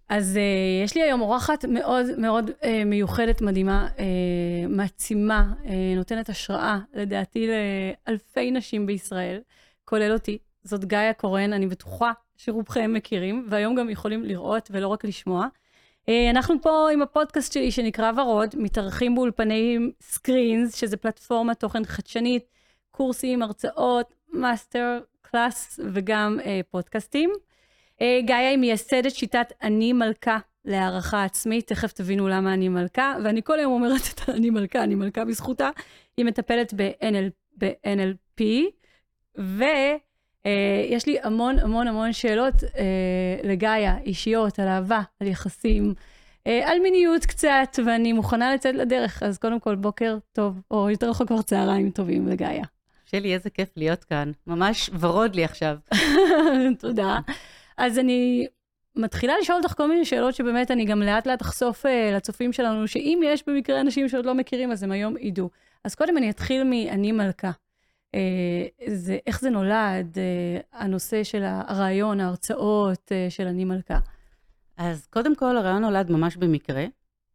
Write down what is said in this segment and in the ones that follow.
אז יש לי היום אורחת מאוד מאוד מיוחדת, מדהימה, מעצימה, נותנת השראה, לדעתי, לאלפי נשים בישראל, כולל אותי. זאת גאיה קורן, אני בטוחה שרובכם מכירים, והיום גם יכולים לראות ולא רק לשמוע. אנחנו פה עם הפודקאסט שלי שנקרא ורוד, מתארחים באולפני סקרינס, שזה פלטפורמת תוכן חדשנית, קורסים, הרצאות, מאסטר קלאס וגם פודקאסטים. גאיה היא מייסדת שיטת אני מלכה להערכה עצמית, תכף תבינו למה אני מלכה, ואני כל היום אומרת את אני מלכה בזכותה. היא מטפלת ב-NLP, ויש לי המון שאלות לגאיה, אישיות, על אהבה, על יחסים, על מיניות קצת, ואני מוכנה לצאת לדרך, אז קודם כל בוקר טוב, או יותר רחוק כבר צהריים טובים לגאיה. שלי, איזה כיף להיות כאן. ממש ורוד לי עכשיו. תודה. אז אני מתחילה לשאול אותך כל מיני שאלות שבאמת אני גם לאט לאט אחשוף לצופים שלנו, שאם יש במקרה אנשים שעוד לא מכירים, אז הם היום ידעו. אז קודם אני אתחיל מ"אני מלכה". איך זה נולד, הנושא של הרעיון, ההרצאות של אני מלכה? אז קודם כל, הרעיון נולד ממש במקרה,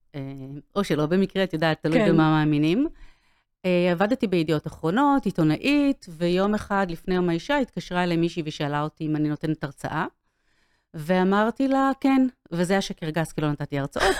או שלא במקרה, את יודעת, תלוי כן. במה מאמינים. עבדתי בידיעות אחרונות, עיתונאית, ויום אחד לפני יום האישה התקשרה אליי מישהי ושאלה אותי אם אני נותנת הרצאה, ואמרתי לה כן, וזה היה שקרגס, כי לא נתתי הרצאות,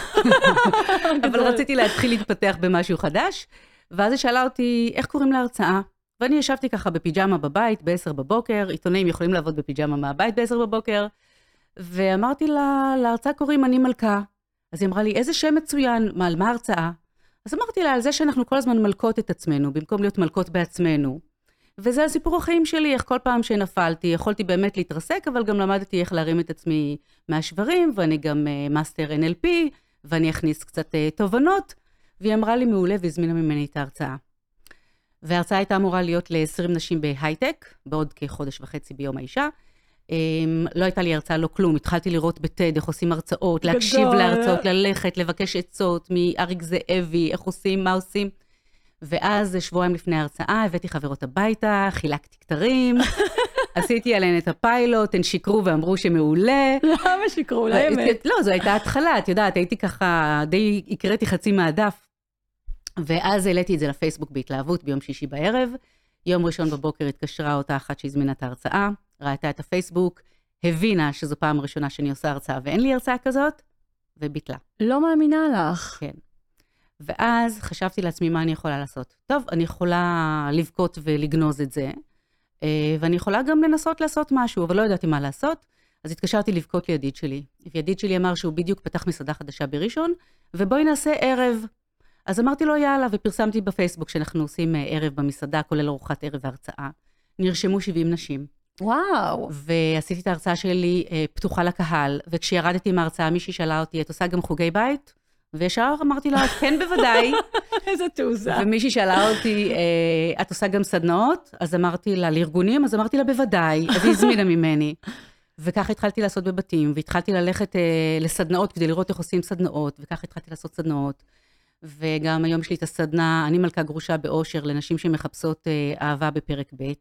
אבל רציתי להתחיל להתפתח במשהו חדש, ואז היא שאלה אותי איך קוראים להרצאה, ואני ישבתי ככה בפיג'מה בבית ב-10 בבוקר, עיתונאים יכולים לעבוד בפיג'מה מהבית ב-10 בבוקר, ואמרתי לה, להרצאה קוראים אני מלכה. אז היא אמרה לי, איזה שם מצוין, על מה הרצאה? אז אמרתי לה, על זה שאנחנו כל הזמן מלכות את עצמנו, במקום להיות מלכות בעצמנו. וזה הסיפור החיים שלי, איך כל פעם שנפלתי, יכולתי באמת להתרסק, אבל גם למדתי איך להרים את עצמי מהשברים, ואני גם מאסטר NLP, ואני אכניס קצת תובנות, והיא אמרה לי מעולה והזמינה ממני את ההרצאה. וההרצאה הייתה אמורה להיות ל-20 נשים בהייטק, בעוד כחודש וחצי ביום האישה. לא הייתה לי הרצאה, לא כלום. התחלתי לראות בטד, איך עושים הרצאות, להקשיב להרצאות, ללכת, לבקש עצות מאריק זאבי, איך עושים, מה עושים. ואז שבועיים לפני ההרצאה, הבאתי חברות הביתה, חילקתי כתרים, עשיתי עליהן את הפיילוט, הן שיקרו ואמרו שמעולה. למה שיקרו? אולי אמת. לא, זו הייתה התחלה, את יודעת, הייתי ככה, די הקראתי חצי מהדף. ואז העליתי את זה לפייסבוק בהתלהבות ביום שישי בערב. יום ראשון בבוקר התקשרה אותה אחת שהזמינה את ההרצאה, ראתה את הפייסבוק, הבינה שזו פעם ראשונה שאני עושה הרצאה ואין לי הרצאה כזאת, וביטלה. לא מאמינה לך. כן. ואז חשבתי לעצמי מה אני יכולה לעשות. טוב, אני יכולה לבכות ולגנוז את זה, ואני יכולה גם לנסות לעשות משהו, אבל לא ידעתי מה לעשות. אז התקשרתי לבכות לידיד שלי. וידיד שלי אמר שהוא בדיוק פתח מסעדה חדשה בראשון, ובואי נעשה ערב. אז אמרתי לו יאללה, ופרסמתי בפייסבוק שאנחנו עושים ערב במסעדה, כולל ארוחת ערב והרצאה. נרשמו 70 נשים. וואו. ועשיתי את ההרצאה שלי פתוחה לקהל, וכשירדתי מההרצאה מישהי שאלה אותי, את עושה גם חוגי בית? וישר אמרתי לה, כן בוודאי. איזה תעוזה. ומישהי שאלה אותי, את עושה גם סדנאות? אז אמרתי לה, לארגונים? אז אמרתי לה, בוודאי. אז היא הזמינה ממני. וכך התחלתי לעשות בבתים, והתחלתי ללכת לסדנאות כדי לראות איך עושים סדנאות, וכך התחלתי לעשות סדנאות. וגם היום יש לי את הסדנה, אני מלכה גרושה באושר, לנשים שמחפשות אהבה בפרק ב',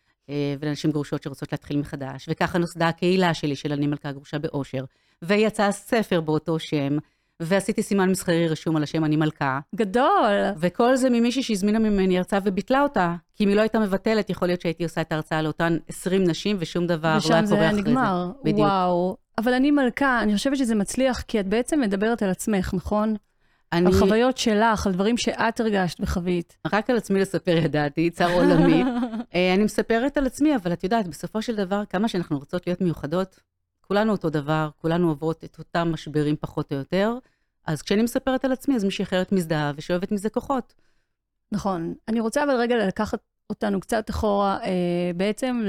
ולנשים גרושות שרוצות להתחיל מחדש. וככה נוסדה הקהילה שלי של אני מלכה גרושה באושר. ויצא ספר באותו שם, ועשיתי סימן מסחרי רשום על השם אני מלכה. גדול. וכל זה ממישהי שהזמינה ממני הרצאה וביטלה אותה. כי אם היא לא הייתה מבטלת, יכול להיות שהייתי עושה את ההרצאה לאותן 20 נשים, ושום דבר לא היה קורה אחרי זה. ושם זה נגמר. בדיוק. וואו. אבל אני מלכה, אני חושבת שזה מצליח, כי את בעצם מדברת על עצמך, נכון? על חוויות שלך, על דברים שאת הרגשת וחווית. רק על עצמי לספר ידעתי, צר עולמי. אני מספרת על עצמי, אבל את יודעת, בסופו של דבר, כמה שאנחנו רוצות להיות מיוחדות, כולנו אותו דבר, כולנו עוברות את אותם משברים פחות או יותר, אז כשאני מספרת על עצמי, אז מישהי אחרת מזדהה ושואבת מזה כוחות. נכון. אני רוצה אבל רגע לקחת אותנו קצת אחורה, בעצם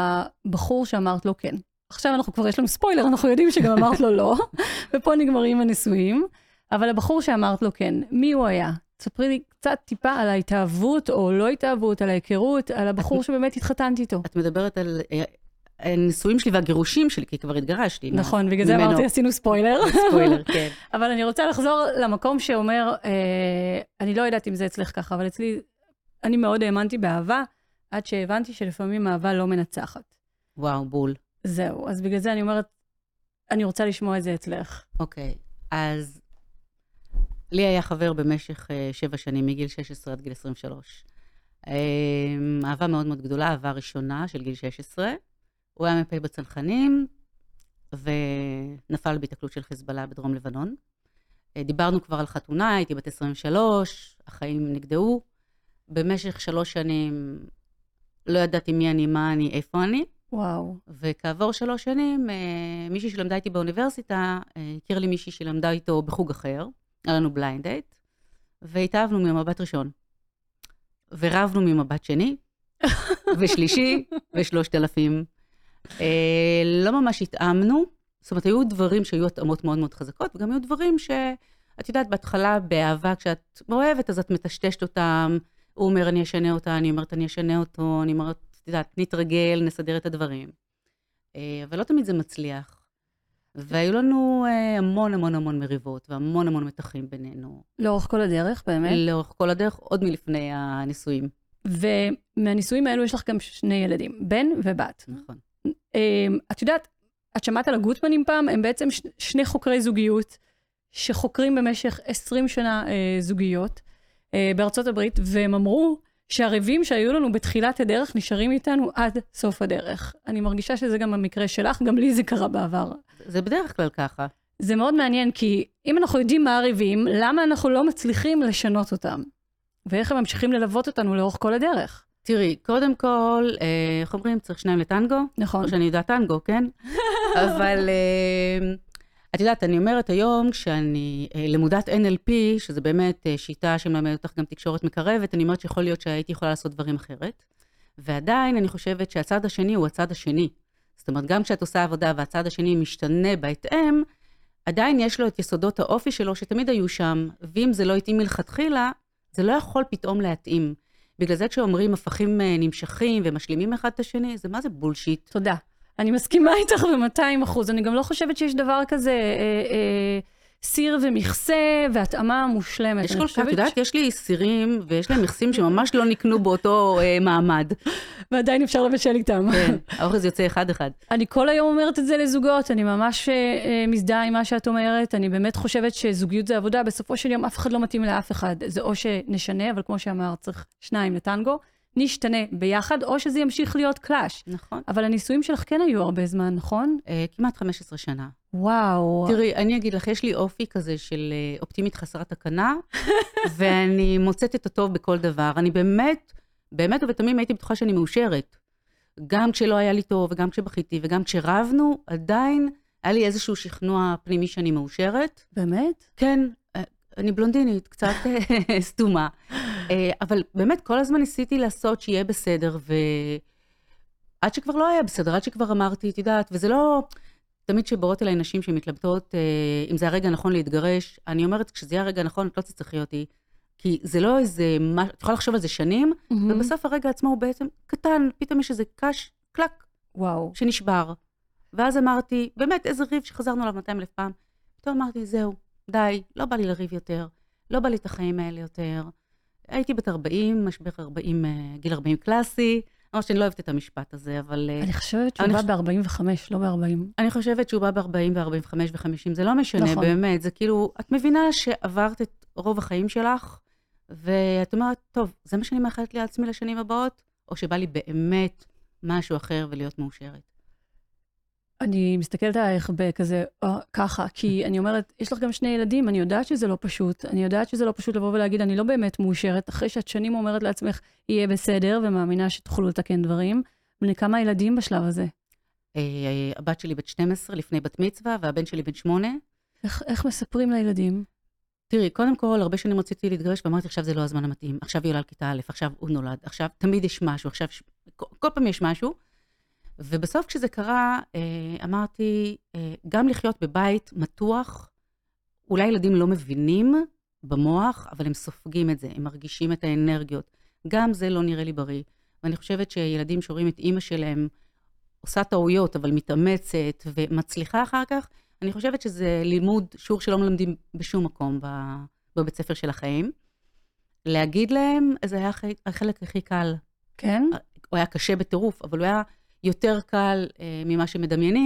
לבחור שאמרת לו כן. עכשיו אנחנו כבר יש לנו ספוילר, אנחנו יודעים שגם אמרת לו לא, ופה נגמרים הניסויים, אבל הבחור שאמרת לו כן, מי הוא היה? תספרי לי קצת טיפה על ההתאהבות או לא התאהבות, על ההיכרות, על הבחור שבאמת התחתנת איתו. את מדברת על הנישואים שלי והגירושים שלי, כי כבר התגרשתי. נכון, בגלל זה אמרתי, עשינו ספוילר. ספוילר, כן. אבל אני רוצה לחזור למקום שאומר, אני לא יודעת אם זה אצלך ככה, אבל אצלי, אני מאוד האמנתי באהבה, עד שהבנתי שלפעמים אהבה לא מנצחת. וואו, בול. זהו, אז בגלל זה אני אומרת, אני רוצה לשמוע את זה אצלך. אוקיי, אז לי היה חבר במשך 7 שנים, מגיל 16 עד גיל 23. אהבה מאוד מאוד גדולה, אהבה ראשונה של גיל 16. הוא היה מ"פ בצנחנים, ונפל בהתקלות של חיזבאללה בדרום לבנון. דיברנו כבר על חתונה, הייתי בת 23, החיים נגדעו. במשך 3 שנים לא ידעתי מי אני, מה אני, איפה אני. וואו. וכעבור 3 שנים, מישהי שלמדה איתי באוניברסיטה, הכיר לי מישהי שלמדה איתו בחוג אחר, היה לנו בליינד דייט, והתאהבנו ממבט ראשון. ורבנו ממבט שני, ושלישי, ו3,000. לא ממש התאמנו, זאת אומרת, היו דברים שהיו התאמות מאוד מאוד חזקות, וגם היו דברים שאת יודעת, בהתחלה באהבה, כשאת אוהבת, אז את מטשטשת אותם, הוא אומר, אני אשנה אותה, אני אומרת, אני אשנה אותו, אני אומרת, את יודעת, נתרגל, נסדר את הדברים. אבל לא תמיד זה מצליח. והיו לנו המון המון המון מריבות, והמון המון מתחים בינינו. לאורך כל הדרך, באמת? לאורך כל הדרך, עוד מלפני הנישואים. ומהנישואים האלו יש לך גם 2 ילדים, בן ובת. נכון. את יודעת, את שמעת על הגוטמנים פעם? הם בעצם 2 חוקרי זוגיות, שחוקרים במשך 20 שנה זוגיות בארצות הברית, והם אמרו שהריבים שהיו לנו בתחילת הדרך נשארים איתנו עד סוף הדרך. אני מרגישה שזה גם המקרה שלך, גם לי זה קרה בעבר. זה בדרך כלל ככה. זה מאוד מעניין, כי אם אנחנו יודעים מה הריבים, למה אנחנו לא מצליחים לשנות אותם? ואיך הם ממשיכים ללוות אותנו לאורך כל הדרך? תראי, קודם כל, איך אומרים, צריך 2 לטנגו? נכון. או שאני יודעת טנגו, כן? אבל את יודעת, אני אומרת היום, כשאני למודת NLP, שזה באמת שיטה שמלמדת אותך גם תקשורת מקרבת, אני אומרת שיכול להיות שהייתי יכולה לעשות דברים אחרת. ועדיין אני חושבת שהצד השני הוא הצד השני. זאת אומרת, גם כשאת עושה עבודה והצד השני משתנה בהתאם, עדיין יש לו את יסודות האופי שלו שתמיד היו שם, ואם זה לא התאים מלכתחילה, זה לא יכול פתאום להתאים. בגלל זה כשאומרים הפכים נמשכים ומשלימים אחד את השני, זה מה זה בולשיט? תודה. אני מסכימה איתך ב-200%. אני גם לא חושבת שיש דבר כזה סיר ומכסה והתאמה מושלמת. יש כל כך, את יודעת, יש לי סירים ויש להם מכסים שממש לא נקנו באותו מעמד. ועדיין אפשר לבשל איתם. כן, האוחז יוצא אחד-אחד. אני כל היום אומרת את זה לזוגות, אני ממש מזדהה עם מה שאת אומרת, אני באמת חושבת שזוגיות זה עבודה, בסופו של יום אף אחד לא מתאים לאף אחד. זה או שנשנה, אבל כמו שאמר, צריך 2 לטנגו, נשתנה ביחד, או שזה ימשיך להיות קלאש. נכון. אבל הנישואים שלך כן היו הרבה זמן, נכון? כמעט 15 שנה. וואו. תראי, אני אגיד לך, יש לי אופי כזה של אופטימית חסרת תקנה, ואני מוצאת את הטוב בכל דבר. אני באמת ובתמים הייתי בטוחה שאני מאושרת. גם כשלא היה לי טוב, וגם כשבכיתי, וגם כשרבנו, עדיין היה לי איזשהו שכנוע פנימי שאני מאושרת. באמת? כן, אני בלונדינית, קצת סתומה. אבל באמת כל הזמן ניסיתי לעשות שיהיה בסדר, ועד שכבר לא היה בסדר, עד שכבר אמרתי, את יודעת, וזה לא, תמיד שבאות אליי נשים שמתלבטות, אם זה הרגע הנכון להתגרש, אני אומרת, כשזה יהיה הרגע הנכון, את לא תצטרכי אותי, כי זה לא איזה, את יכולה לחשוב על זה שנים, ובסוף הרגע עצמו הוא בעצם קטן, פתאום יש איזה קש, קלק, וואו. שנשבר. ואז אמרתי, באמת איזה ריב שחזרנו עליו 200,000 פעם, פתאום אמרתי, זהו, די, לא בא לי לריב יותר, לא בא לי את החיים האלה יותר. הייתי בת 40, משבר 40, גיל 40 קלאסי, ממש שאני לא אוהבת את המשפט הזה, אבל... אני חושבת שהוא בא ב-45, לא ב-40. אני חושבת שהוא בא ב-40 ו-45 ו-50, זה לא משנה, נכון. באמת, זה כאילו, את מבינה שעברת את רוב החיים שלך, ואת אומרת, טוב, זה מה שאני מאחלת לי על עצמי לשנים הבאות, או שבא לי באמת משהו אחר ולהיות מאושרת. אני מסתכלת עליך בכזה, ככה, כי אני אומרת, יש לך גם 2 ילדים, אני יודעת שזה לא פשוט, אני יודעת שזה לא פשוט לבוא ולהגיד, אני לא באמת מאושרת, אחרי שאת שנים אומרת לעצמך, יהיה בסדר, ומאמינה שתוכלו לתקן דברים. בני כמה ילדים בשלב הזה? הבת שלי בת 12, לפני בת מצווה, והבן שלי בן 8. איך מספרים לילדים? תראי, קודם כל, הרבה שנים רציתי להתגרש, ואמרתי, עכשיו זה לא הזמן המתאים, עכשיו היא עולה על כיתה א', עכשיו הוא נולד, עכשיו תמיד יש משהו, עכשיו, כל פעם יש משהו, ובסוף כשזה קרה, אמרתי, גם לחיות בבית מתוח, אולי ילדים לא מבינים במוח, אבל הם סופגים את זה, הם מרגישים את האנרגיות. גם זה לא נראה לי בריא. ואני חושבת שילדים שרואים את אימא שלהם, עושה טעויות, אבל מתאמצת ומצליחה אחר כך, אני חושבת שזה לימוד, שיעור שלא מלמדים בשום מקום בבית ספר של החיים. להגיד להם, זה היה החלק הכי קל. כן? הוא היה קשה בטירוף, אבל הוא היה יותר קל ממה שמדמיינים.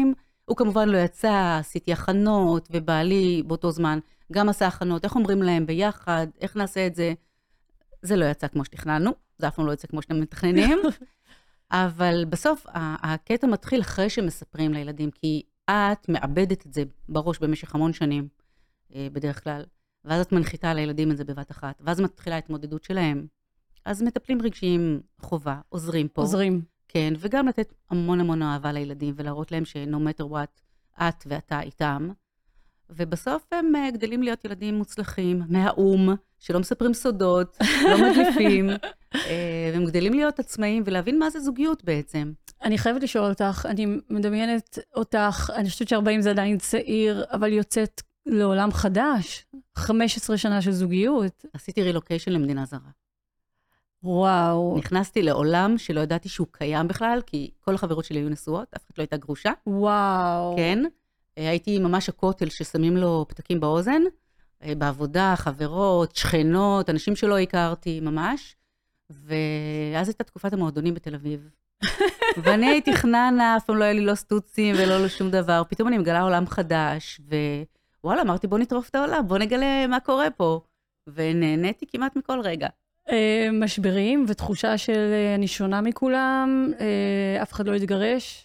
הוא כמובן לא יצא, עשיתי הכנות, ובעלי באותו זמן גם עשה הכנות, איך אומרים להם ביחד, איך נעשה את זה. זה לא יצא כמו שתכננו, זה אף פעם לא יצא כמו שאתם מתכננים, אבל בסוף הקטע מתחיל אחרי שמספרים לילדים, כי את מאבדת את זה בראש במשך המון שנים, בדרך כלל, ואז את מנחיתה לילדים את זה בבת אחת, ואז מתחילה ההתמודדות שלהם. אז מטפלים רגשיים חובה, עוזרים פה. עוזרים. כן, וגם לתת המון המון אהבה לילדים, ולהראות להם ש-no matter what, את ואתה איתם. ובסוף הם גדלים להיות ילדים מוצלחים, מהאום, שלא מספרים סודות, לא מדליפים, והם גדלים להיות עצמאים ולהבין מה זה זוגיות בעצם. אני חייבת לשאול אותך, אני מדמיינת אותך, אני חושבת ש40 זה עדיין צעיר, אבל יוצאת לעולם חדש, 15 שנה של זוגיות. עשיתי רילוקיישן למדינה זרה. וואו. נכנסתי לעולם שלא ידעתי שהוא קיים בכלל, כי כל החברות שלי היו נשואות, אף אחד לא הייתה גרושה. וואו. כן. הייתי ממש הכותל ששמים לו פתקים באוזן, בעבודה, חברות, שכנות, אנשים שלא הכרתי ממש, ואז הייתה תקופת המועדונים בתל אביב. ואני הייתי חננה, אף פעם לא היה לי לא סטוצים ולא שום דבר, פתאום אני מגלה עולם חדש, ווואלה, אמרתי בוא נטרוף את העולם, בוא נגלה מה קורה פה, ונהניתי כמעט מכל רגע. משברים ותחושה של אני שונה מכולם, אף אחד לא יתגרש?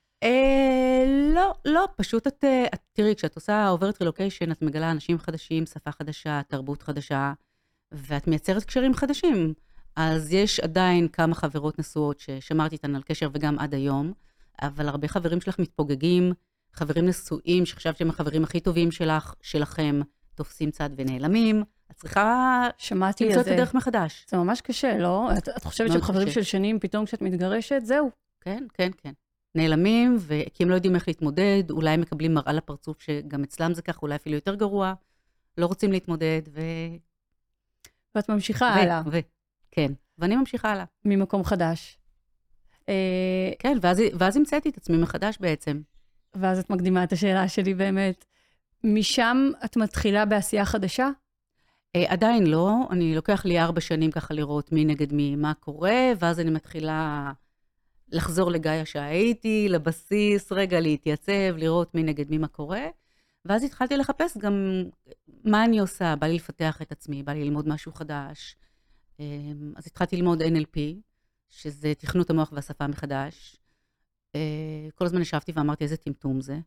לא, פשוט תראי, כשאת עוברת רילוקיישן, את מגלה אנשים חדשים, שפה חדשה, תרבות חדשה, ואת מייצרת קשרים חדשים. אז יש עדיין כמה חברות נשואות ששמרתי איתן על קשר וגם עד היום, אבל הרבה חברים שלך מתפוגגים, חברים נשואים שחשבת שהם החברים הכי טובים שלכם, תופסים צד ונעלמים. את צריכה למצוא את הדרך מחדש. זה ממש קשה, לא? את חושבת שחברים של שנים, פתאום כשאת מתגרשת, זהו. כן, כן, כן. נעלמים, כי הם לא יודעים איך להתמודד, אולי הם מקבלים מראה לפרצוף שגם אצלם זה כך, אולי אפילו יותר גרוע, לא רוצים להתמודד, ואת ממשיכה הלאה. כן, ואני ממשיכה הלאה. ממקום חדש. כן, ואז המצאתי את עצמי מחדש בעצם. ואז את מקדימה את השאלה שלי באמת. משם את מתחילה בעשייה חדשה? עדיין לא, אני לוקח לי 4 שנים ככה לראות מי נגד מי, מה קורה, ואז אני מתחילה לחזור לגאיה שהייתי, לבסיס, רגע להתייצב, לראות מי נגד מי מה קורה, ואז התחלתי לחפש גם מה אני עושה, בא לי לפתח את עצמי, בא לי ללמוד משהו חדש. אז התחלתי ללמוד NLP, שזה תכנות המוח והשפה מחדש. כל הזמן ישבתי ואמרתי איזה טמטום זה.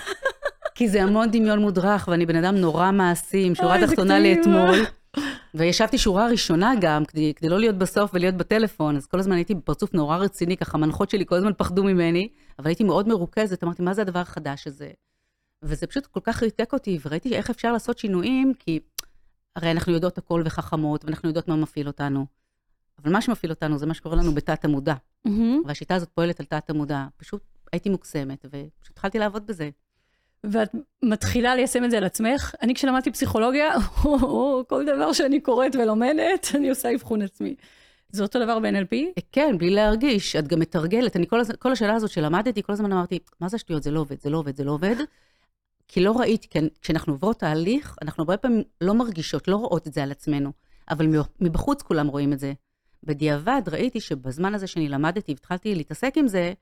כי זה המון דמיון מודרך, ואני בן אדם נורא מעשי, עם שורה תחתונה לאתמול. וישבתי שורה ראשונה גם, כדי לא להיות בסוף ולהיות בטלפון, אז כל הזמן הייתי בפרצוף נורא רציני, ככה המנחות שלי כל הזמן פחדו ממני, אבל הייתי מאוד מרוכזת, אמרתי, מה זה הדבר החדש הזה? וזה פשוט כל כך ריתק אותי, וראיתי איך אפשר לעשות שינויים, כי הרי אנחנו יודעות הכל וחכמות, ואנחנו יודעות מה מפעיל אותנו. אבל מה שמפעיל אותנו זה מה שקורה לנו בתת המודע. והשיטה הזאת פועלת על תת המודע. פשוט הייתי מוקסמת, ופשוט התחלתי לעבוד בזה. ואת מתחילה ליישם את זה על עצמך. אני כשלמדתי פסיכולוגיה, כל דבר שאני קוראת ולומדת, אני עושה אבחון עצמי. זה אותו דבר ב-NLP? כן, בלי להרגיש. את גם מתרגלת. אני כל השאלה הזאת שלמדתי, כל הזמן אמרתי, מה זה השטויות? זה לא עובד, זה לא עובד, זה לא עובד. כי לא ראיתי, כשאנחנו עוברות תהליך, אנחנו הרבה פעמים לא מרגישות, לא רואות את זה על עצמנו. אבל מבחוץ כולם רואים את זה. בדיעבד ראיתי שבזמן הזה שאני למדתי והתחלתי להתעסק עם זה,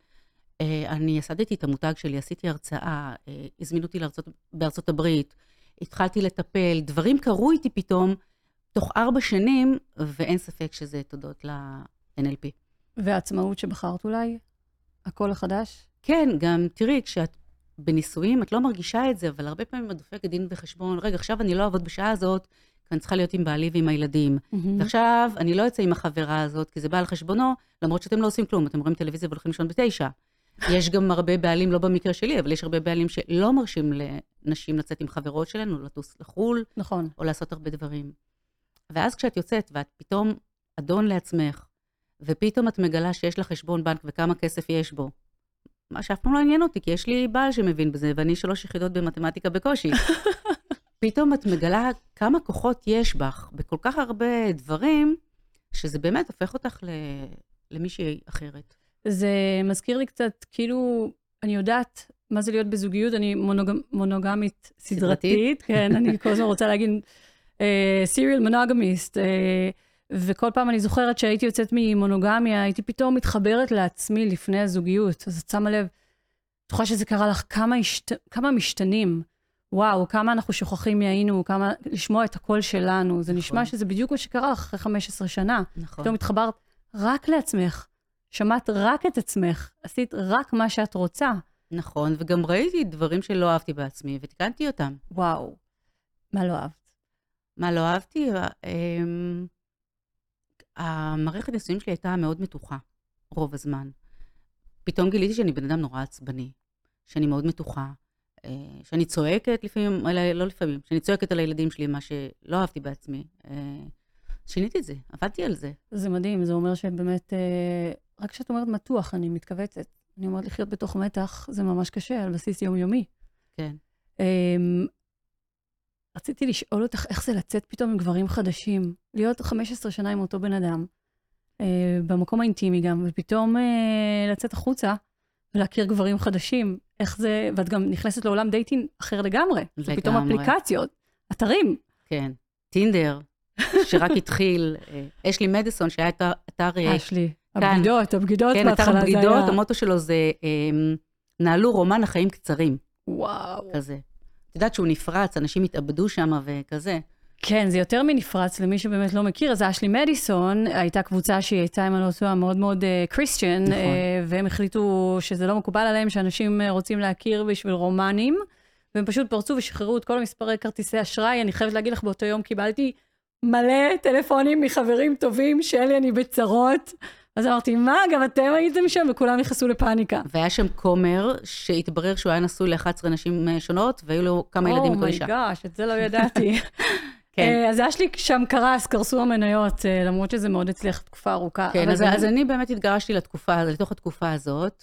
אני יסדתי את המותג שלי, עשיתי הרצאה, הזמינו אותי בארצות הברית, התחלתי לטפל, דברים קרו איתי פתאום, תוך 4 שנים, ואין ספק שזה תודות ל-NLP. והעצמאות שבחרת אולי? הכל החדש? כן, גם תראי, כשאת בניסויים, את לא מרגישה את זה, אבל הרבה פעמים את דופקת דין וחשבון, רגע, עכשיו אני לא אעבוד בשעה הזאת, כי אני צריכה להיות עם בעלי ועם הילדים. ועכשיו אני לא אצא עם החברה הזאת, כי זה בא על חשבונו, למרות שאתם לא עושים כלום, אתם רואים טלוויזיה והולכים לישון ב9. יש גם הרבה בעלים, לא במקרה שלי, אבל יש הרבה בעלים שלא מרשים לנשים לצאת עם חברות שלנו, לטוס לחול, נכון. או לעשות הרבה דברים. ואז כשאת יוצאת, ואת פתאום אדון לעצמך, ופתאום את מגלה שיש לך חשבון בנק וכמה כסף יש בו, מה שאף פעם לא עניין אותי, כי יש לי בעל שמבין בזה, ואני 3 יחידות במתמטיקה בקושי. פתאום את מגלה כמה כוחות יש בך, בכל כך הרבה דברים, שזה באמת הופך אותך למישהי אחרת. זה מזכיר לי קצת, כאילו, אני יודעת מה זה להיות בזוגיות, אני מונוגמית סדרתית, כן, אני כל הזמן רוצה להגיד, serial monogamist, וכל פעם אני זוכרת שהייתי יוצאת ממונוגמיה, הייתי פתאום מתחברת לעצמי לפני הזוגיות, אז את שמה לב, בטוחה שזה קרה לך כמה משתנים. וואו, כמה אנחנו שוכחים מי היינו, כמה לשמוע את הקול שלנו. זה נשמע שזה בדיוק מה שקרה לך אחרי 15 שנה. נכון. פתאום התחברת רק לעצמך, שמעת רק את עצמך, עשית רק מה שאת רוצה. נכון, וגם ראיתי דברים שלא אהבתי בעצמי, ותיקנתי אותם. וואו, מה לא אהבת? מה לא אהבתי? המערכת נישואים שלי הייתה מאוד מתוחה, רוב הזמן. פתאום גיליתי שאני בן אדם נורא עצבני, שאני מאוד מתוחה, שאני צועקת לפעמים, לא לפעמים, שאני צועקת על הילדים שלי, מה שלא אהבתי בעצמי. שיניתי את זה, עבדתי על זה. זה מדהים, זה אומר שבאמת, רק כשאת אומרת מתוח, אני מתכווצת. אני אומרת לחיות בתוך מתח, זה ממש קשה, על בסיס יומיומי. כן. רציתי לשאול אותך איך זה לצאת פתאום עם גברים חדשים, להיות 15 שנה עם אותו בן אדם, במקום האינטימי גם, ופתאום לצאת החוצה ולהכיר גברים חדשים. איך זה, ואת גם נכנסת לעולם דייטינג אחר לגמרי. ופתאום אפליקציות, אתרים. כן, טינדר, שרק התחיל, אשלי מדיסון, שהיה אתר... אשלי, הבגידות כן, בהתחלה אתר הבגידות, המוטו שלו זה, נעלו רומן החיים קצרים. וואו. כזה. את יודעת שהוא נפרץ, אנשים התאבדו שם וכזה. כן, זה יותר מנפרץ למי שבאמת לא מכיר. אז אשלי מדיסון הייתה קבוצה שהיא הייתה עם הנושא מאוד מאוד קריסטיאן, נכון. והם החליטו שזה לא מקובל עליהם, שאנשים רוצים להכיר בשביל רומנים, והם פשוט פרצו ושחררו את כל המספרי כרטיסי אשראי. אני חייבת להגיד לך, באותו יום קיבלתי מלא טלפונים מחברים טובים, שלי אני בצרות. אז אמרתי, מה, גם אתם הייתם שם? וכולם נכנסו לפאניקה. והיה שם כומר שהתברר שהוא היה נשוי ל-11 נשים שונות, והיו לו כמה ילדים מכל אישה. אומייגאש, את זה לא ידעתי. אז יש לי שם קרסו המניות, למרות שזה מאוד הצליח תקופה ארוכה. כן, אז אני באמת התגרשתי לתוך התקופה הזאת,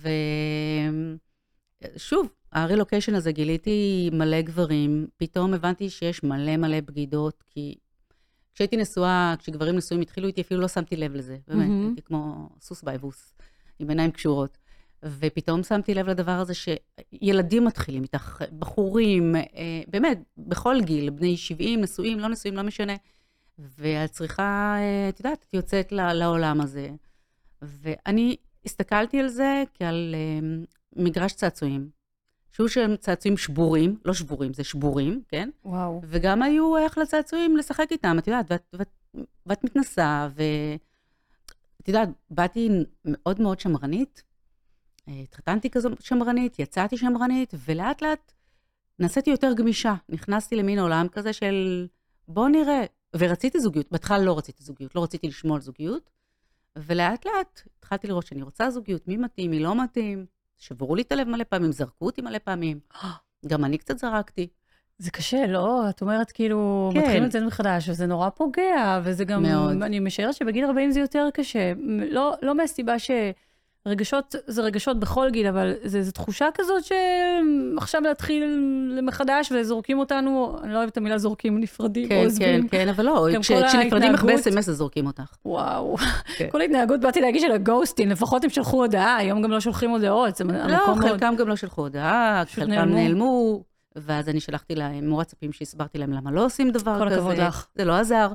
ושוב, הרילוקיישן הזה גיליתי מלא גברים, פתאום הבנתי שיש מלא בגידות, כי כשהייתי נשואה, כשגברים נשואים התחילו איתי, אפילו לא שמתי לב לזה, באמת, הייתי כמו סוס באבוס, עם עיניים קשורות. ופתאום שמתי לב לדבר הזה שילדים מתחילים איתך, בחורים, באמת, בכל גיל, בני 70, נשואים, לא נשואים, לא משנה. ואת צריכה, את יודעת, את יוצאת לעולם הזה. ואני הסתכלתי על זה כעל מגרש צעצועים. שהיו שהם צעצועים שבורים, לא שבורים, זה שבורים, כן? וואו. וגם היו אחלה צעצועים לשחק איתם, את יודעת, ואת מתנסה, ואת יודעת, באתי מאוד מאוד שמרנית, התחתנתי כזו שמרנית, יצאתי שמרנית, ולאט לאט נעשיתי יותר גמישה. נכנסתי למין עולם כזה של בוא נראה, ורציתי זוגיות, בהתחלה לא רציתי זוגיות, לא רציתי לשמוע על זוגיות, ולאט לאט התחלתי לראות שאני רוצה זוגיות, מי מתאים, מי לא מתאים, שברו לי את הלב מלא פעמים, זרקו אותי מלא פעמים, גם אני קצת זרקתי. זה קשה, לא? את אומרת כאילו, כן. מתחילים לצאת מחדש, וזה נורא פוגע, וזה גם, מאוד. אני משערת שבגיל 40 זה יותר קשה. לא מהסיבה שרגשות, זה רגשות בכל גיל, אבל זו תחושה כזאת שעכשיו להתחיל מחדש, וזורקים אותנו, אני לא אוהבת את המילה זורקים, נפרדים, כן, עוזבים. כן, אבל לא, כשנפרדים לך ב-SMS, זורקים אותך. וואו. כל ההתנהגות, באתי להגיד של הגוסטין, לפחות הם שלחו הודעה, היום גם לא שולחים הודעות. לא, חלקם גם לא שלחו הודעה, חלקם נעלמו. ואז אני שלחתי להם וואטסאפים שהסברתי להם למה לא עושים דבר כזה. כל הכבוד לך. זה לא עזר.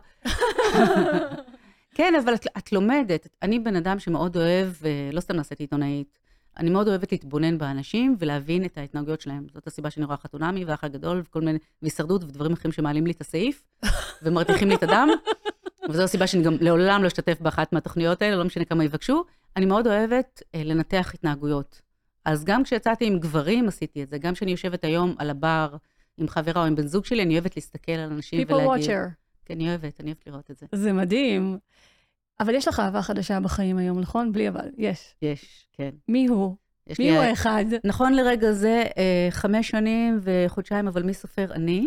כן, אבל את לומדת. אני בן אדם שמאוד אוהב, לא סתם נעשיתי עיתונאית, אני מאוד אוהבת להתבונן באנשים ולהבין את ההתנהגויות שלהם. זאת הסיבה שאני רואה חתונמי ואח הגדול וכל מיני, והישרדות ודברים אחרים שמעלים לי את הסעיף, ומרתיחים לי את הדם. וזו הסיבה שאני גם לעולם לא אשתתף באחת מהתוכניות האלה, לא משנה כמה יבקשו. אני מאוד אוהבת לנתח התנהגויות. אז גם כשיצאתי עם גברים עשיתי את זה, גם כשאני יושבת היום על הבר עם חברה או עם בן זוג שלי, אני אוהבת להסתכל על אנשים ולהגיד... People watcher. כן, אני אוהבת לראות את זה. זה מדהים. אבל יש לך אהבה חדשה בחיים היום, נכון? בלי אבל, יש. יש, כן. מי הוא? מי הוא האחד? נכון לרגע זה, 5 שנים וחודשיים, אבל מי סופר? אני.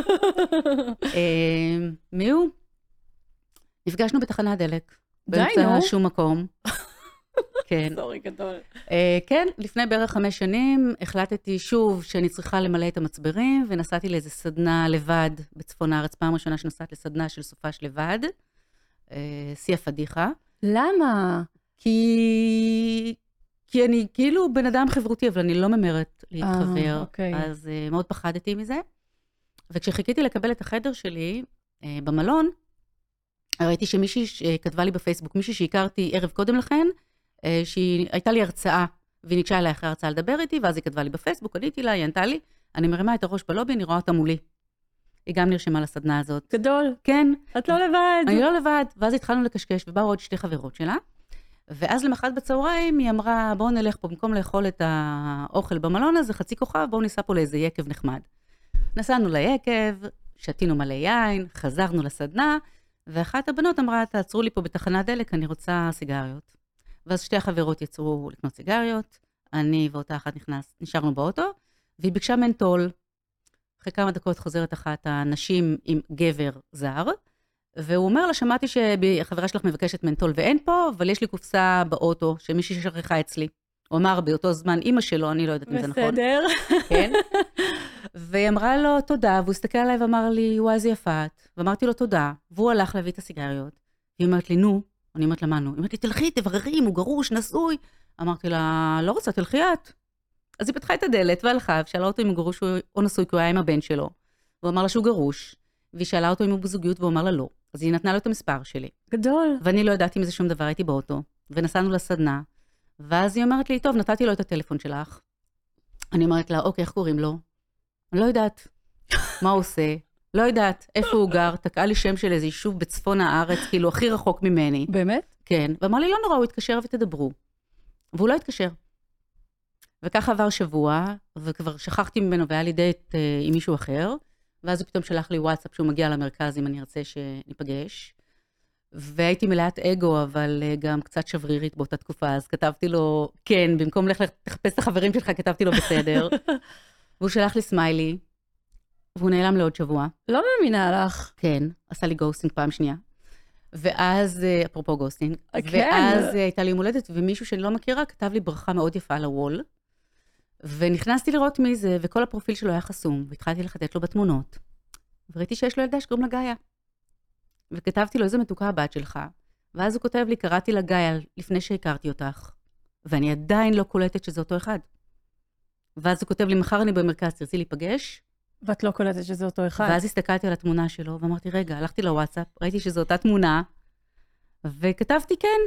מי הוא? נפגשנו בתחנת דלק. באמצע שום מקום. כן. סורי גדול. כן, לפני בערך 5 שנים, החלטתי שוב שאני צריכה למלא את המצברים, ונסעתי לאיזו סדנה לבד בצפון הארץ, פעם ראשונה שנסעת לסדנה של סופש לבד, שיא הפדיחה. למה? כי אני כאילו בן אדם חברותי, אבל אני לא ממהרת להתחבר, אז מאוד פחדתי מזה. וכשחיכיתי לקבל את החדר שלי במלון, ראיתי שמישהי כתבה לי בפייסבוק, מישהי שהכרתי ערב קודם לכן, שהייתה לי הרצאה, והיא ניגשה אליי אחרי הרצאה לדבר איתי, ואז היא כתבה לי בפייסבוק, עניתי לה, היא ענתה לי, אני מרימה את הראש בלובי, אני רואה אותה מולי. היא גם נרשמה לסדנה הזאת. גדול. כן. את לא לבד. אני לא לבד. ואז התחלנו לקשקש, ובאו עוד 2 חברות שלה, ואז למחרת בצהריים היא אמרה, בואו נלך פה, במקום לאכול את האוכל במלון הזה, חצי כוכב, בואו ניסע פה לאיזה יקב נחמד. נסענו ליקב, שתינו מלא יין, חזרנו לסדנה, ואחת הבנות אמרה, תעצרו לי פה בתחנת דלק, אני רוצה סיגריות. ואז 2 החברות יצאו לקנות סיגריות, אני ואותה אחת נשארנו באוטו, והיא ביקשה מנטול. אחרי כמה דקות חוזרת אחת הנשים עם גבר זר, והוא אומר לה, שמעתי שהחברה שלך מבקשת מנטול ואין פה, אבל יש לי קופסה באוטו שמישהי שכחה אצלי. הוא אמר באותו זמן, אמא שלו, אני לא יודעת אם זה נכון. בסדר. כן. והיא אמרה לו תודה, והוא הסתכל עליי ואמר לי, וואי, איזה יפה את. ואמרתי לו תודה, והוא הלך להביא את הסיגריות. היא אומרת לי, נו. אני אומרת לה, מה נו? היא אומרת לי, תלכי, תבררי, הוא גרוש, נשוי. אמרתי לה, לא רוצה, תלכי את. אז היא פתחה את הדלת והלכה, ושאלה אותו אם הוא גרוש או נשוי, כי הוא היה עם הבן שלו. הוא אמר לה שהוא גרוש, והיא שאלה אותו אם הוא בזוגיות, והוא אמר לה לא. אז היא נתנה לו את המספר שלי. גדול. ואני לא ידעתי מזה שום דבר, הייתי באוטו, ונסענו לסדנה, ואז היא אומרת לי, טוב, נתתי לו את הטלפון שלך. אני אומרת לה, אוקיי, איך קוראים לו? אני לא יודעת מה הוא עושה, לא יודעת איפה הוא גר, תקעה לי שם של איזה יישוב בצפון הארץ, כאילו הכי רחוק ממני. באמת? כן, ואמר לי, לא נורא, הוא התקשר ותדברו. והוא לא התקשר. וככה עבר שבוע, וכבר שכחתי ממנו, והיה לי דייט עם מישהו אחר, ואז הוא פתאום שלח לי וואטסאפ שהוא מגיע למרכז, אם אני ארצה שניפגש. והייתי מלאת אגו, אבל גם קצת שברירית באותה תקופה, אז כתבתי לו, כן, במקום לך לחפש את החברים שלך, כתבתי לו בסדר. והוא שלח לי סמיילי, והוא נעלם לעוד שבוע. לא מאמינה לך. כן, עשה לי גוסטינג פעם שנייה. ואז, אפרופו גוסטינג, כן. ואז הייתה לי יום הולדת, ומישהו שאני לא מכירה כתב לי ברכה מאוד יפה על הוול, ונכנסתי לראות מי זה, וכל הפרופיל שלו היה חסום, והתחלתי לחטט לו בתמונות. וראיתי שיש לו ילדה שקוראים לה גאיה. וכתבתי לו, איזה מתוקה הבת שלך. ואז הוא כותב לי, קראתי לה גאיה לפני שהכרתי אותך, ואני עדיין לא קולטת שזה אותו אחד. ואז הוא כותב לי, מחר אני במרכז, תרצי להיפגש? ואת לא קולטת שזה אותו אחד. ואז הסתכלתי על התמונה שלו, ואמרתי, רגע, הלכתי לוואטסאפ, ראיתי שזו אותה תמונה, וכתבתי כן.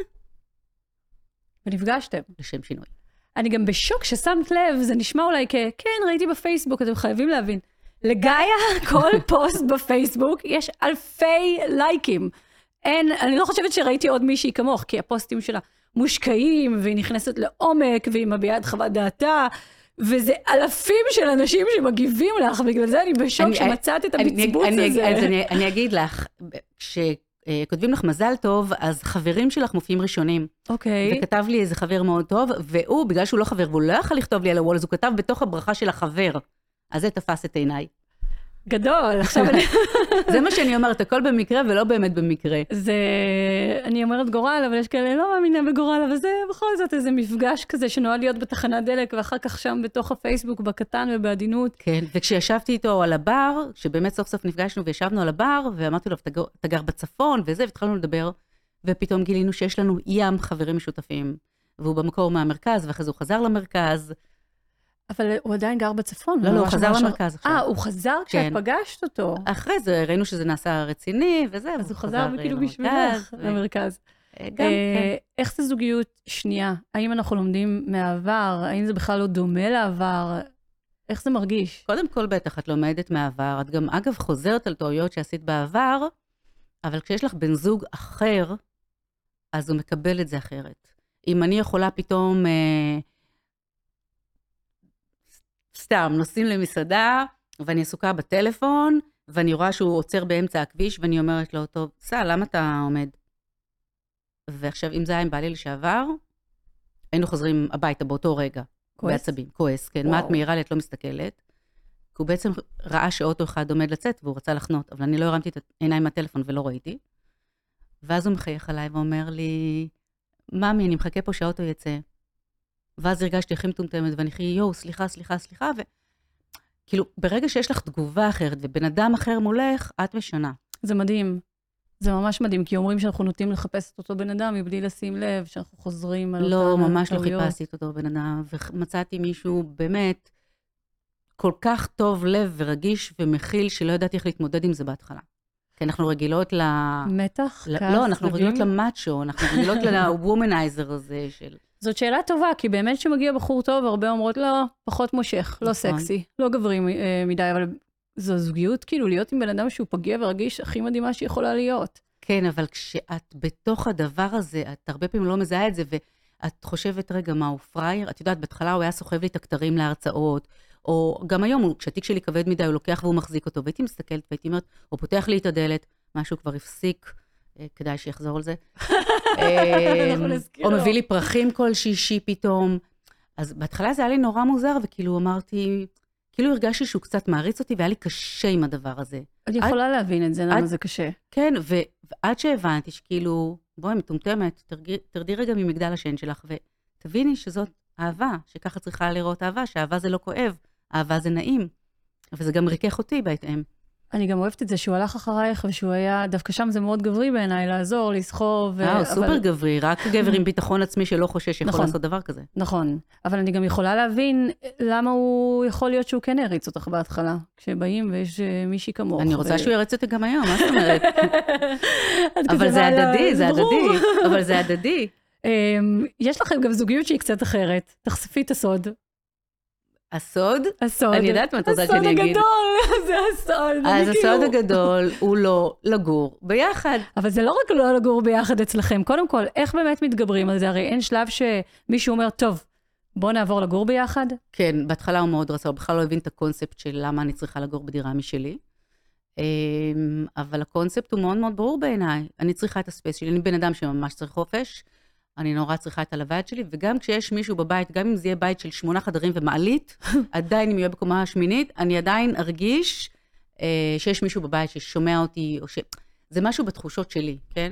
ונפגשתם. לשם שינוי. אני גם בשוק ששמת לב, זה נשמע אולי כן, ראיתי בפייסבוק, אתם חייבים להבין. לגאיה, כל פוסט בפייסבוק, יש אלפי לייקים. אני לא חושבת שראיתי עוד מישהי כמוך, כי הפוסטים שלה מושקעים, והיא נכנסת לעומק, והיא מביעה את חוות דעתה, וזה אלפים של אנשים שמגיבים לך, בגלל זה אני בשוק שמצאת את המצבוץ הזה. אז אני אגיד לך, כותבים לך מזל טוב, אז חברים שלך מופיעים ראשונים. אוקיי. וכתב לי איזה חבר מאוד טוב, והוא, בגלל שהוא לא חבר, והוא לא יכול לכתוב לי על הוול, אז הוא כתב בתוך הברכה של החבר. אז זה תפס את עיניי. גדול, עכשיו אני... זה מה שאני אומרת, הכל במקרה ולא באמת במקרה. אני אומרת גורל, אבל יש כאלה לא מאמינה בגורל, אבל זה בכל זאת איזה מפגש כזה שנועד להיות בתחנת דלק, ואחר כך שם בתוך הפייסבוק, בקטן ובעדינות. כן, וכשישבתי איתו על הבר, שבאמת סוף סוף נפגשנו וישבנו על הבר, ואמרתי לו, אתה גר בצפון וזה, והתחלנו לדבר, ופתאום גילינו שיש לנו ים חברים משותפים, והוא במקור מהמרכז, ואחרי זה הוא חזר למרכז, אבל הוא עדיין גר בצפון. לא, הוא חזר למרכז עכשיו. הוא חזר כשאת פגשת אותו. אחרי זה ראינו שזה נעשה רציני, וזה, אז הוא חזר כאילו בשבילך למרכז. גם, כן. איך זה זוגיות שנייה? האם אנחנו לומדים מהעבר? האם זה בכלל לא דומה לעבר? איך זה מרגיש? קודם כל בטח, את לומדת מהעבר. את גם, אגב, חוזרת על טעויות שעשית בעבר, אבל כשיש לך בן זוג אחר, אז הוא מקבל את זה אחרת. אם אני יכולה פתאום... סתם, נוסעים למסעדה, ואני עסוקה בטלפון, ואני רואה שהוא עוצר באמצע הכביש, ואני אומרת לו, טוב, סע, למה אתה עומד? ועכשיו, אם זה היה עם בעלי לשעבר, היינו חוזרים הביתה באותו רגע. כועס? בעצבים, כועס, כן. מה את מהירה לי, את לא מסתכלת. כי הוא בעצם ראה שאוטו אחד עומד לצאת, והוא רצה לחנות, אבל אני לא הרמתי את העיניים מהטלפון ולא ראיתי. ואז הוא מחייך עליי ואומר לי, ממי, אני מחכה פה שהאוטו יצא. ואז הרגשתי הכי מטומטמת, ואני חי, יו, סליחה, כאילו, ברגע שיש לך תגובה אחרת, ובן אדם אחר מולך, את משנה. זה מדהים. זה ממש מדהים, כי אומרים שאנחנו נוטים לחפש את אותו בן אדם, מבלי לשים לב, שאנחנו חוזרים על אותן לא, ממש לא חיפשתי את אותו בן אדם, ומצאתי מישהו באמת כל כך טוב לב ורגיש ומכיל, שלא ידעתי איך להתמודד עם זה בהתחלה. כי אנחנו רגילות מתח? לא, אנחנו רגילות למאצ'ו, אנחנו רגילות לוומנייזר הזה של... זאת שאלה טובה, כי באמת שמגיע בחור טוב, הרבה אומרות, לא, פחות מושך, לא סקסי, לא גברי מדי, אבל זו זוגיות, כאילו, להיות עם בן אדם שהוא פגיע ורגיש הכי מדהימה שיכולה להיות. כן, אבל כשאת בתוך הדבר הזה, את הרבה פעמים לא מזהה את זה, ואת חושבת, רגע, מה הוא פרייר? את יודעת, בהתחלה הוא היה סוחב לי את הכתרים להרצאות, או גם היום, כשהתיק שלי כבד מדי, הוא לוקח והוא מחזיק אותו, והייתי מסתכלת, והייתי אומרת, הוא פותח לי את הדלת, משהו כבר הפסיק, כדאי שיחזור על זה. או מביא לי פרחים כל שישי פתאום. אז בהתחלה זה היה לי נורא מוזר, וכאילו אמרתי, כאילו הרגשתי שהוא קצת מעריץ אותי, והיה לי קשה עם הדבר הזה. אני יכולה להבין את זה, למה זה קשה. כן, ועד שהבנתי שכאילו, בואי, מטומטמת, תרדי רגע ממגדל השן שלך, ותביני שזאת אהבה, שככה צריכה לראות אהבה, שאהבה זה לא כואב, אהבה זה נעים, וזה גם ריכך אותי בהתאם. אני גם אוהבת את זה שהוא הלך אחרייך, ושהוא היה, דווקא שם זה מאוד גברי בעיניי, לעזור, לסחוב. הוא סופר גברי, רק גבר עם ביטחון עצמי שלא חושש יכול לעשות דבר כזה. נכון, אבל אני גם יכולה להבין למה הוא יכול להיות שהוא כן הריץ אותך בהתחלה, כשבאים ויש מישהי כמוך. אני רוצה שהוא יריץ אותי גם היום, מה זאת אומרת? אבל זה הדדי, זה הדדי, אבל זה הדדי. יש לכם גם זוגיות שהיא קצת אחרת, תחשפי את הסוד. הסוד? הסוד. אני יודעת מה אתה רוצה שאני אגיד. הסוד הגדול, זה הסוד. אז הסוד הגדול הוא לא לגור ביחד. אבל זה לא רק לא לגור ביחד אצלכם. קודם כל, איך באמת מתגברים על זה? הרי אין שלב שמישהו אומר, טוב, בוא נעבור לגור ביחד? כן, בהתחלה הוא מאוד רצה, הוא בכלל לא הבין את הקונספט של למה אני צריכה לגור בדירה משלי. אבל הקונספט הוא מאוד מאוד ברור בעיניי. אני צריכה את הספייס שלי, אני בן אדם שממש צריך חופש. אני נורא צריכה את הלבד שלי, וגם כשיש מישהו בבית, גם אם זה יהיה בית של 8 חדרים ומעלית, עדיין אם יהיה בקומה השמינית, אני עדיין ארגיש שיש מישהו בבית ששומע אותי, או זה משהו בתחושות שלי, כן?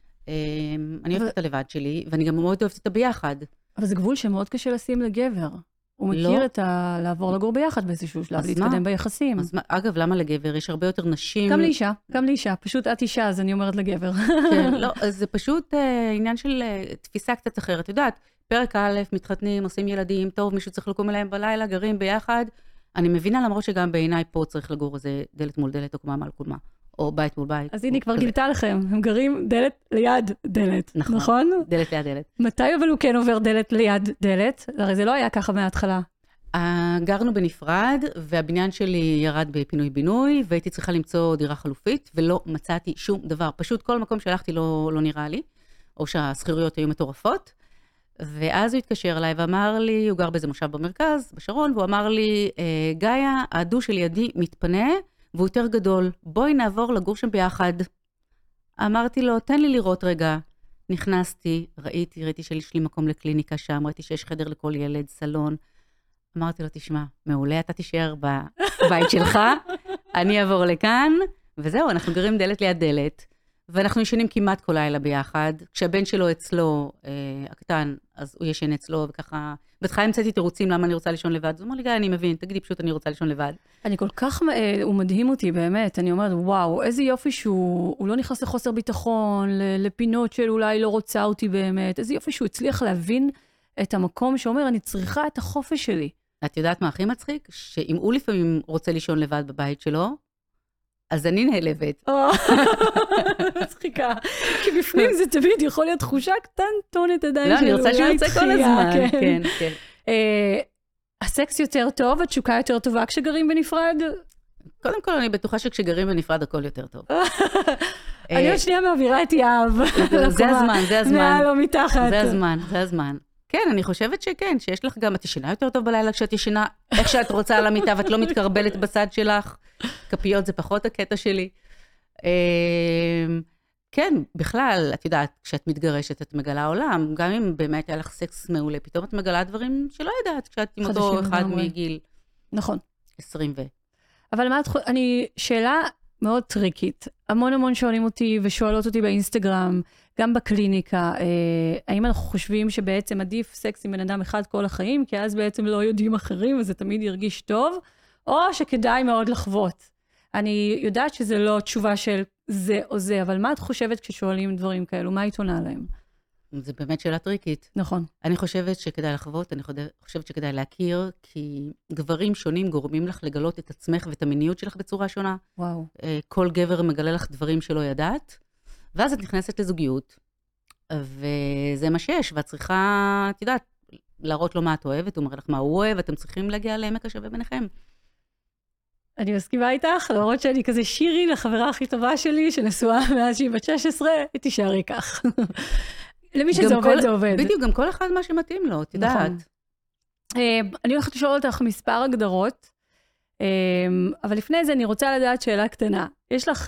אני אוהבת את הלבד שלי, ואני גם מאוד אוהבת את הביחד. אבל זה גבול שמאוד קשה לשים לגבר. הוא מכיר את לעבור לגור ביחד באיזשהו שלב, להתקדם ביחסים. אז אגב, למה לגבר? יש הרבה יותר נשים. גם לאישה. פשוט את אישה, אז אני אומרת לגבר. כן, לא, זה פשוט עניין של תפיסה קצת אחרת. את יודעת, פרק א', מתחתנים, עושים ילדים, טוב, מישהו צריך לקום אליהם בלילה, גרים ביחד. אני מבינה למרות שגם בעיניי פה צריך לגור איזה דלת מול דלת, או קומה מעל קומה, או בית מול בית. אז הנה, כבר גילתה לכם, הם גרים דלת ליד דלת, נכון? דלת ליד דלת. מתי אבל הוא כן עובר דלת ליד דלת? הרי זה לא היה ככה מההתחלה. גרנו בנפרד, והבניין שלי ירד בפינוי-בינוי, והייתי צריכה למצוא דירה חלופית, ולא מצאתי שום דבר. פשוט כל מקום שהלכתי לא נראה לי, או שהסחירויות היו מטורפות. ואז הוא התקשר אליי ואמר לי, הוא גר באיזה מושב במרכז, בשרון, והוא אמר לי, גאיה, הדוש של ידי מתפנה, והוא יותר גדול, בואי נעבור לגור שם ביחד. אמרתי לו, תן לי לראות רגע. נכנסתי, ראיתי שיש לי מקום לקליניקה שם, ראיתי שיש חדר לכל ילד, סלון. אמרתי לו, תשמע, מעולה, אתה תישאר בבית שלך, אני אעבור לכאן, וזהו, אנחנו גרים דלת ליד דלת, ואנחנו ישנים כמעט כל לילה ביחד. כשהבן שלו אצלו, הקטן, אז הוא ישן אצלו, וככה, בהתחלה המצאתי תירוצים למה אני רוצה לישון לבד. הוא אמר לי, גיא, אני מבין, תגידי פשוט, אני רוצה לישון לבד. אני כל כך, הוא מדהים אותי, באמת. אני אומרת, וואו, איזה יופי שהוא לא נכנס לחוסר ביטחון, לפינות של אולי לא רוצה אותי באמת. איזה יופי שהוא הצליח להבין את המקום שאומר, אני צריכה את החופש שלי. את יודעת מה הכי מצחיק? שאם הוא לפעמים רוצה לישון לבד בבית שלו, אז אני נעלבת. מצחיקה. כי בפנים זה תמיד יכול להיות תחושה קטנטונת עדיין. לא, אני רוצה שהוא יוצא כל הזמן. כן, כן. הסקס יותר טוב, התשוקה יותר טובה כשגרים בנפרד? קודם כל, אני בטוחה שכשגרים בנפרד הכל יותר טוב. אני עוד שנייה מעבירה את יהב. זה הזמן, זה הזמן. מעל או מתחת. זה הזמן, זה הזמן. כן, אני חושבת שכן, שיש לך גם, את ישנה יותר טוב בלילה כשאת ישנה, איך שאת רוצה על המיטה, ואת לא מתקרבלת בצד שלך. כפיות זה פחות הקטע שלי. כן, בכלל, את יודעת, כשאת מתגרשת, את מגלה עולם, גם אם באמת היה לך סקס מעולה, פתאום את מגלה דברים שלא יודעת, כשאת עם אותו אחד מגיל. נכון. 20 ו... אבל שאלה מאוד טריקית. המון שואלים אותי ושואלות אותי באינסטגרם, גם בקליניקה, האם אנחנו חושבים שבעצם עדיף סקס עם בן אדם אחד כל החיים, כי אז בעצם לא יודעים אחרים, וזה תמיד ירגיש טוב, או שכדאי מאוד לחוות. אני יודעת שזה לא תשובה של זה או זה, אבל מה את חושבת כששואלים דברים כאלו? מה היית עונה להם? זה באמת שאלה טריקית. נכון. אני חושבת שכדאי לחוות, אני חושבת שכדאי להכיר, כי גברים שונים גורמים לך לגלות את עצמך ואת המיניות שלך בצורה שונה. וואו. כל גבר מגלה לך דברים שלא ידעת, ואז את נכנסת לזוגיות, וזה מה שיש, ואת צריכה, את יודעת, להראות לו מה את אוהבת, הוא אומר לך מה הוא אוהב, אתם צריכים להגיע לעמק השווה ביניכם. אני מסכימה איתך, למרות שאני כזה שירי לחברה הכי טובה שלי, שנשואה מאז שהיא בת 16, תישארי כך. למי שזה עובד, זה עובד. בדיוק, גם כל אחד מה שמתאים לו, את יודעת. אני הולכת לשאול אותך מספר הגדרות, אבל לפני זה אני רוצה לדעת שאלה קטנה. יש לך,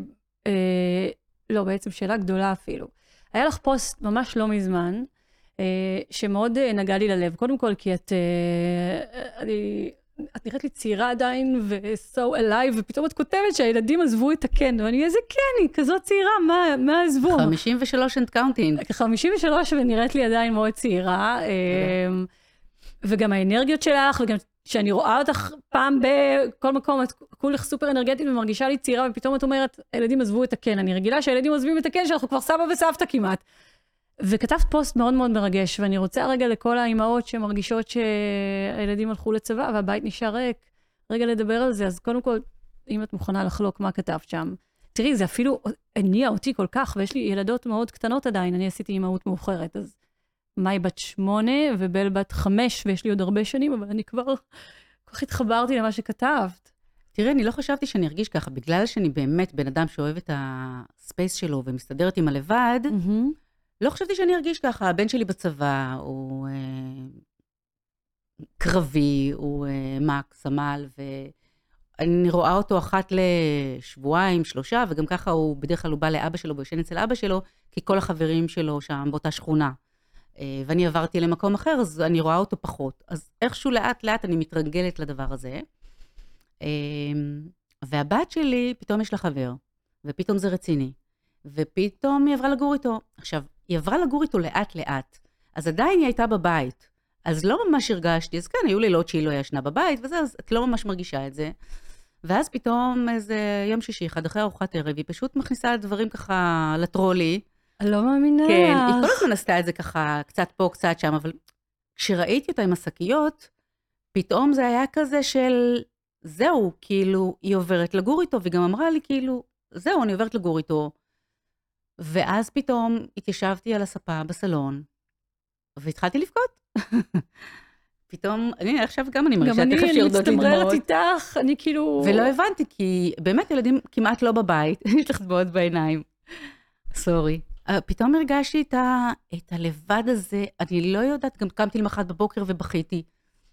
לא, בעצם שאלה גדולה אפילו. היה לך פוסט ממש לא מזמן, שמאוד נגע לי ללב. קודם כל, כי את נראית לי צעירה עדיין, ו-so alive, ופתאום את כותבת שהילדים עזבו את הקן, ואני, איזה קן, היא כזאת צעירה, מה עזבו? 53 and counting. 53 ונראית לי עדיין מאוד צעירה, וגם האנרגיות שלך, וגם שאני רואה אותך פעם בכל מקום, את כולך סופר אנרגטית ומרגישה לי צעירה, ופתאום את אומרת, הילדים עזבו את הקן. אני רגילה שהילדים עוזבים את הקן, שאנחנו כבר סבא וסבתא כמעט. וכתבת פוסט מאוד מאוד מרגש, ואני רוצה רגע לכל האימהות שמרגישות שהילדים הלכו לצבא, והבית נשאר ריק, רגע לדבר על זה. אז קודם כל, אם את מוכנה לחלוק מה כתבת שם. תראי, זה אפילו הניע אותי כל כך, ויש לי ילדות מאוד קטנות עדיין, אני עשיתי אימהות מאוחרת, אז מאי בת 8 ובל בת 5, ויש לי עוד הרבה שנים, אבל אני כבר כל כך התחברתי למה שכתבת. תראי, אני לא חשבתי שאני ארגיש ככה, בגלל שאני באמת בן אדם שאוהב את הספייס שלו, ומסתדרת עם הלבד, לא חשבתי שאני ארגיש ככה. הבן שלי בצבא, הוא קרבי, הוא מק, סמל, ואני רואה אותו אחת לשבועיים, 3, וגם ככה הוא, בדרך כלל הוא בא לאבא שלו, וישן אצל אבא שלו, כי כל החברים שלו שם באותה שכונה. ואני עברתי למקום אחר, אז אני רואה אותו פחות. אז איכשהו לאט לאט אני מתרגלת לדבר הזה. והבת שלי, פתאום יש לה חבר, ופתאום זה רציני, ופתאום היא עברה לגור איתו. עכשיו, היא עברה לגור איתו לאט לאט, אז עדיין היא הייתה בבית, אז לא ממש הרגשתי, אז כן, היו לילות שהיא לא ישנה בבית, וזה, אז את לא ממש מרגישה את זה. ואז פתאום איזה יום שישי, אחד אחרי ארוחת ערב, היא פשוט מכניסה דברים ככה לטרולי. אני לא מאמינה. כן, היא כל הזמן עשתה את זה ככה, קצת פה, קצת שם, אבל כשראיתי אותה עם השקיות, פתאום זה היה כזה של, זהו, כאילו, היא עוברת לגור איתו, והיא גם אמרה לי, כאילו, זהו, אני עוברת לגור איתו. ואז פתאום התיישבתי על הספה בסלון, והתחלתי לבכות. פתאום, עכשיו גם אני מרגישה תכף שיורדות לדמעות. גם אני מצטמררת איתך, אני כאילו... ולא הבנתי, כי באמת ילדים כמעט לא בבית, יש לך דמעות בעיניים. סורי. פתאום הרגשתי את הלבד הזה, אני לא יודעת, גם קמתי למחרת בבוקר ובכיתי.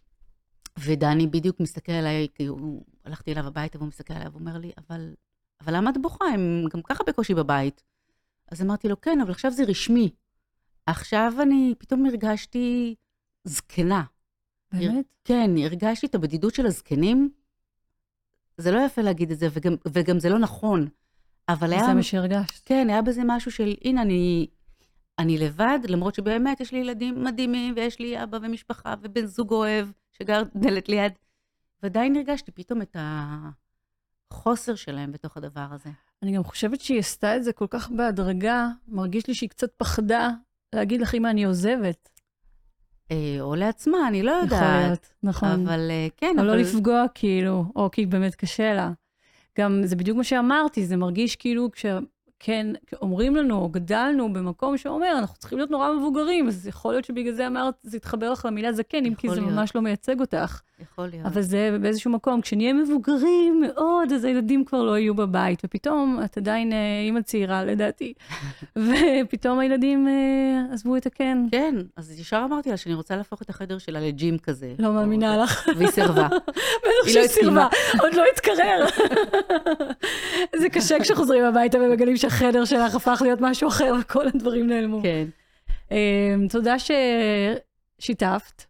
ודני בדיוק מסתכל עליי, כי הלכתי אליו הביתה, והוא מסתכל עליי, והוא אומר לי, אבל למה את בוכה? הם גם ככה בקושי בבית. אז אמרתי לו, כן, אבל עכשיו זה רשמי. עכשיו אני פתאום הרגשתי זקנה. באמת? כן, הרגשתי את הבדידות של הזקנים. זה לא יפה להגיד את זה, וגם זה לא נכון. אבל היה... זה מה שהרגשת. כן, היה בזה משהו של, הנה, אני לבד, למרות שבאמת יש לי ילדים מדהימים, ויש לי אבא ומשפחה, ובן זוג אוהב, שגר דלת ליד. ועדיין הרגשתי פתאום את החוסר שלהם בתוך הדבר הזה. אני גם חושבת שהיא עשתה את זה כל כך בהדרגה, מרגיש לי שהיא קצת פחדה להגיד לך אם אני עוזבת. או לעצמה, אני לא יודעת. יכול להיות, נכון. אבל כן, אבל לא לפגוע כאילו, או כי באמת קשה לה. גם זה בדיוק מה שאמרתי, זה מרגיש כאילו כן, אומרים לנו, או גדלנו במקום שאומר, אנחנו צריכים להיות נורא מבוגרים, אז יכול להיות שבגלל זה אמרת, זה יתחבר לך למילה זקן, אם כי זה ממש לא מייצג אותך. יכול להיות. אבל זה באיזשהו מקום, כשנהיה מבוגרים מאוד, אז הילדים כבר לא יהיו בבית, ופתאום את עדיין אימא צעירה, לדעתי, ופתאום הילדים עזבו את הקן. כן, אז ישר אמרתי לה שאני רוצה להפוך את החדר שלה לג'ים כזה. לא מאמינה לך. והיא סירבה. בטח שהיא סירבה, עוד לא התקרר. זה קשה כשחוזרים הביתה ומגלים שהחדר שלך הפך להיות משהו אחר, וכל הדברים נעלמו. כן. תודה ששיתפת.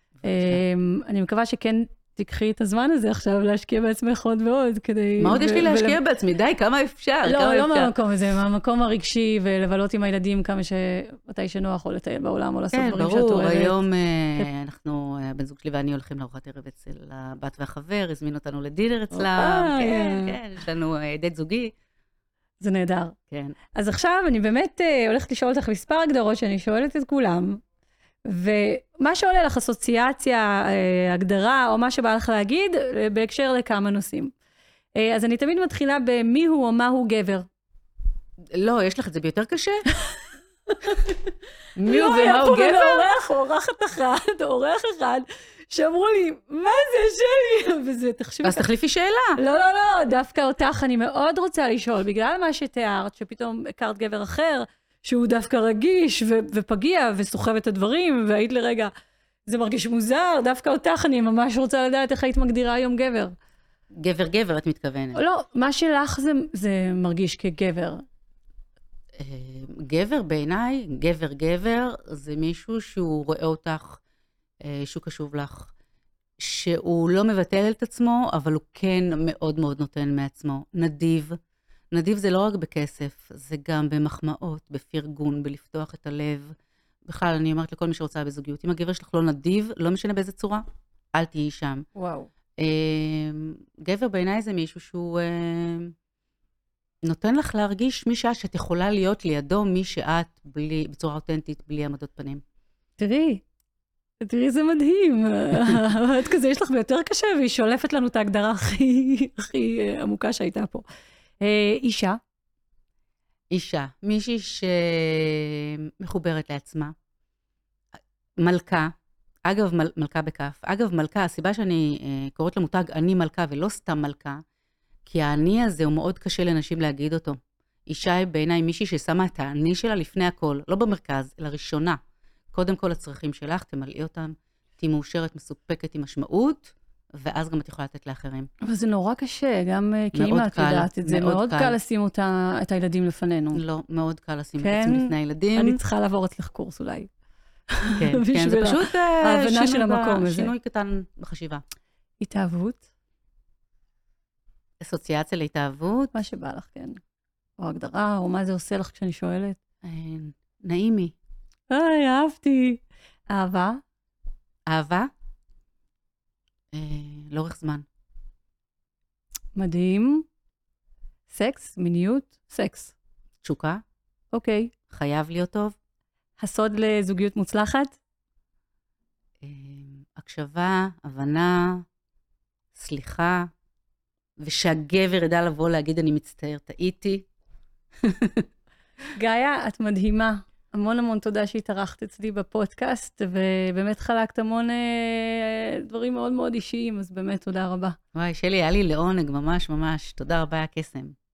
אני מקווה שכן תקחי את הזמן הזה עכשיו להשקיע בעצמך עוד ועוד, כדי... מה עוד יש לי להשקיע בעצמי? די, כמה אפשר? לא מהמקום הזה, מהמקום הרגשי, ולבלות עם הילדים כמה מתי שנוח, או לטייל בעולם, או לעשות דברים שאת אוהבת. כן, ברור, היום אנחנו, הבן זוג שלי ואני הולכים לארוחת ערב אצל הבת והחבר, הזמין אותנו לדינר אצלם, כן, יש לנו דייט זוגי. זה נהדר. כן. אז עכשיו אני באמת הולכת לשאול אותך מספר הגדרות שאני שואלת את כולם, ומה שעולה לך אסוציאציה, הגדרה, או מה שבא לך להגיד, בהקשר לכמה נושאים. אז אני תמיד מתחילה במי הוא או מה הוא גבר. לא, יש לך את זה ביותר קשה? מי הוא לא היה ומה פה הוא גבר? אורח או אורחת אחת, או אורח אחד, שאמרו לי, מה זה שלי? וזה, תחשבי. אז תחליפי שאלה. לא, לא, לא, דווקא אותך אני מאוד רוצה לשאול, בגלל מה שתיארת, שפתאום הכרת גבר אחר, שהוא דווקא רגיש ופגיע וסוחב את הדברים, והיית לרגע, זה מרגיש מוזר, דווקא אותך אני ממש רוצה לדעת איך היית מגדירה היום גבר. גבר, את מתכוונת. לא, מה שלך זה מרגיש כגבר. גבר בעיניי, גבר, זה מישהו שהוא רואה אותך, שהוא קשוב לך, שהוא לא מבטל את עצמו, אבל הוא כן מאוד מאוד נותן מעצמו. נדיב. נדיב זה לא רק בכסף, זה גם במחמאות, בפרגון, בלפתוח את הלב. בכלל, אני אומרת לכל מי שרוצה בזוגיות, אם הגבר שלך לא נדיב, לא משנה באיזה צורה, אל תהיי שם. וואו. גבר בעיניי זה מישהו שהוא נותן לך להרגיש מי שאת יכולה להיות לידו, מי שאת בצורה אותנטית, בלי עמדות פנים. תראי, זה מדהים. את כזה, יש לך ביותר קשה, והיא שולפת לנו את ההגדרה הכי עמוקה שהייתה פה. אישה. אישה, מישהי שמחוברת לעצמה. מלכה, אגב, מלכה בכף. אגב, מלכה, הסיבה שאני קוראת למותג אני מלכה ולא סתם מלכה, כי האני הזה הוא מאוד קשה לנשים להגיד אותו. אישה היא בעיניי מישהי ששמה את האני שלה לפני הכל, לא במרכז, אלא ראשונה. קודם כל הצרכים שלך, תמלאי אותם, תהי מאושרת, מסופקת עם משמעות, ואז גם את יכולה לתת לאחרים. אבל זה נורא קשה, גם כאמא את יודעת את זה. מאוד קל לשים את הילדים לפנינו. לא, מאוד קל לשים את עצמי לפני הילדים. אני צריכה לעבור אצלך קורס אולי. כן, זה פשוט ההבנה של המקום הזה. שינוי קטן בחשיבה. התאהבות? אסוציאציה להתאהבות? מה שבא לך, כן. או הגדרה, או מה זה עושה לך כשאני שואלת. נעימי. אהבתי. אהבה? אהבה? לאורך זמן. מדהים. סקס? מיניות? סקס. תשוקה? אוקיי. חייב להיות טוב? הסוד לזוגיות מוצלחת? הקשבה, הבנה, סליחה, ושהגבר ידע לבוא להגיד אני מצטער, טעיתי. גאיה, את מדהימה. המון תודה שהתארחת אצלי בפודקאסט, ובאמת חלקת המון דברים מאוד מאוד אישיים, אז באמת תודה רבה. וואי, שלי, היה לי לעונג, ממש. תודה רבה, הקסם.